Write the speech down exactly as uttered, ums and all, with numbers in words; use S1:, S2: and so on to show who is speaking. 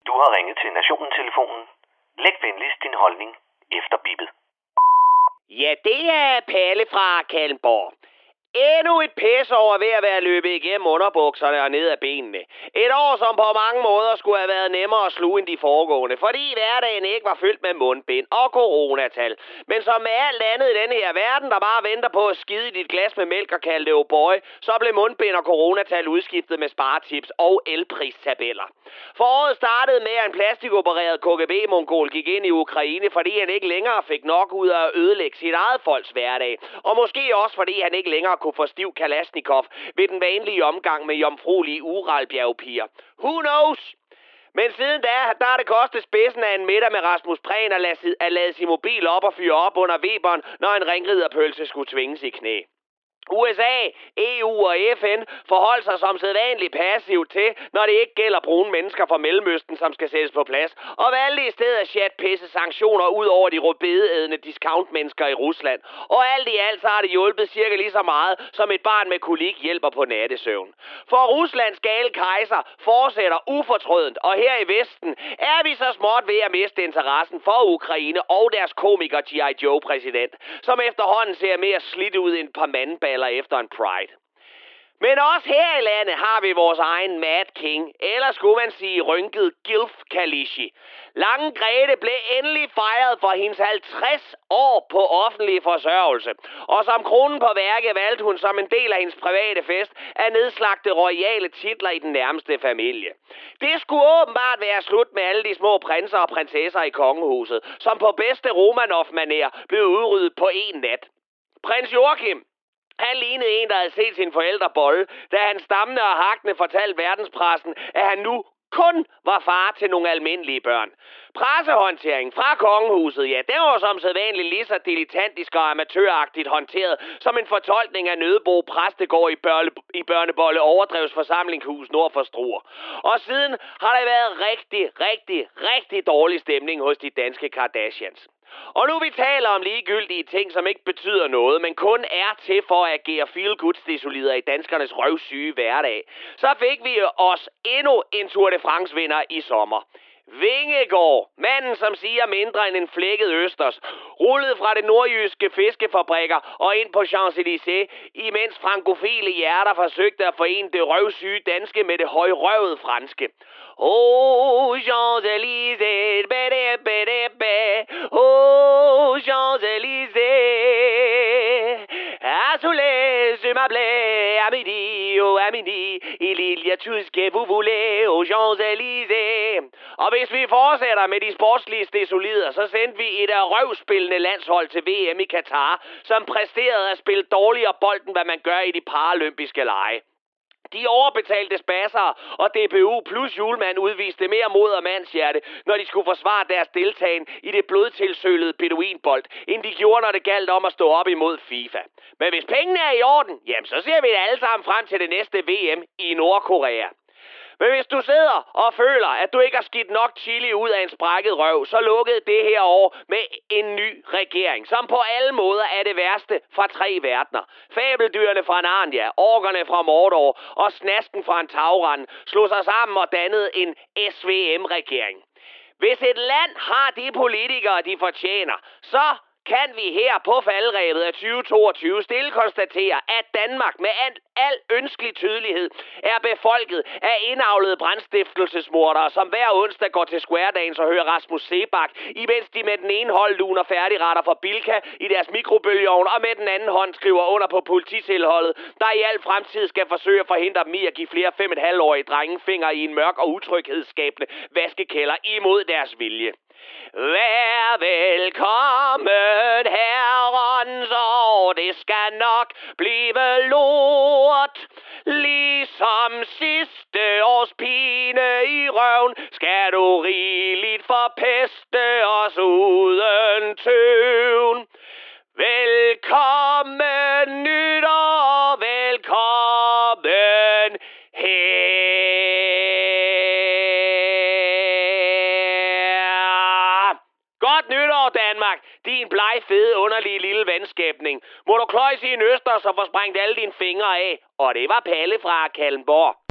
S1: Du har ringet til Nationen-telefonen. Læg venligst din holdning efter bippet.
S2: Ja, det er Palle fra Kalmborg. Endnu et pis over ved at være løbet igennem underbukserne og ned ad benene. Et år, som på mange måder skulle have været nemmere at sluge end de foregående, fordi hverdagen ikke var fyldt med mundbind og coronatal. Men som med alt andet i denne her verden, der bare venter på at skide i dit glas med mælk og kalde det O'boy, så blev mundbind og coronatal udskiftet med sparetips og elpristabeller. Foråret startede med, at en plastikopereret K G B-mongol gik ind i Ukraine, fordi han ikke længere fik nok ud af at ødelægge sit eget folks hverdag. Og måske også fordi han ikke længere kunne få stiv Kalashnikov ved den vanlige omgang med jomfruelige Uralbjergpiger. Who knows? Men siden da, der har det kostet spidsen af en middag med Rasmus Prehn at lade, at lade sin mobil op og fyre op under Weberen, når en ringriderpølse skulle tvinges i knæ. U S A, E U og F N forholder sig som sædvanligt passivt til, når det ikke gælder brune mennesker fra Mellemøsten, som skal sættes på plads, og valgte i stedet at chatpisse sanktioner ud over de rødbedeædende discountmennesker i Rusland. Og alt i alt så har det hjulpet cirka lige så meget, som et barn med kolik hjælper på nattesøvn. For Ruslands gale kejser fortsætter ufortrødent, og her i Vesten er vi så småt ved at miste interessen for Ukraine og deres komiker G I Joe-præsident, som efterhånden ser mere slidt ud end et par mandballer efter en Pride. Men også her i landet har vi vores egen Mad King, eller skulle man sige rynket Gilf Kalishi. Lange Grete blev endelig fejret for hendes halvtreds år på offentlig forsørgelse. Og som kronen på værket valgte hun som en del af hendes private fest at nedslagte royale titler i den nærmeste familie. Det skulle åbenbart være slut med alle de små prinser og prinsesser i kongehuset, som på bedste Romanov-manér blev udryddet på en nat. Prins Joachim, han lignede en, der havde set sine forældre bolle, da han stammende og hakkende fortalte verdenspressen, at han nu kun var far til nogle almindelige børn. Pressehåndtering fra kongehuset, ja, det var som sædvanligt lige så dilettantisk og amatøragtigt håndteret som en fortolkning af Nødebo Præstegård i, børne, i Børnebolle Overdrevs forsamlingshus nord for Struer. Og siden har der været rigtig, rigtig, rigtig dårlig stemning hos de danske Kardashians. Og nu vi taler om ligegyldige ting, som ikke betyder noget, men kun er til for at agere feel-good-stisolider i danskernes røvsyge hverdag, så fik vi os endnu en Tour de France-vinder i sommer. Vingegaard, manden som siger mindre end en flækket østers, rullede fra det nordjyske fiskefabrikker og ind på Champs-Élysées, imens frankofile hjerter forsøgte at forene det røvsyge danske med det højrøvede franske. Oh, Champs-Élysées, bede, bede, bede. Oh, Champs-Élysées. À soleil, je m'appelais à midi, oh à midi. Il y a tout ce que vous voulez, oh Champs-Élysées. Og hvis vi fortsætter med de sportslige stisolider, så sendte vi et af røvspillende landshold til V M i Katar, som præsterede at spille dårligere bold, end hvad man gør i de paralympiske lege. De overbetalte spasser og D P U plus julemand udviste mere mod og mandshjerte, når de skulle forsvare deres deltagen i det blodtilsølede beduinbold, end de gjorde, når det galt om at stå op imod FIFA. Men hvis pengene er i orden, jamen så ser vi det alle sammen frem til det næste V M i Nordkorea. Men hvis du sidder og føler, at du ikke har skidt nok chili ud af en sprækket røv, så lukkede det her år med en ny regering, som på alle måder er det værste fra tre verdener. Fabeldyrene fra Narnia, orkerne fra Mordor og snasken fra en tagrand slog sig sammen og dannede en S V M-regering. Hvis et land har de politikere, de fortjener, så kan vi her på faldrebet af tyve toogtyve stille konstatere, at Danmark med al, al ønskelig tydelighed er befolket af indavlede brandstiftelsesmordere, som hver onsdag går til Square Dance og hører Rasmus Sebak, imens de med den ene hånd luner færdigretter fra Bilka i deres mikrobølgeovn, og med den anden hånd skriver under på polititilholdet, der i al fremtid skal forsøge at forhindre dem i at give flere fem og et halvt årige drenge fingre i en mørk og utryghedsskabende vaskekælder imod deres vilje. Vær velkommen herrens år, det skal nok blive lort. Ligesom sidste års pine i røven, skal du rigeligt forpeste os uden tøvn. Velkommen nytår, velkommen her. Godt nytår, Danmark, din bleg, fede, underlige lille vandskabning. Må du kløjse i en østers og få sprængt alle dine fingre af. Og det var Palle fra Kalmborg.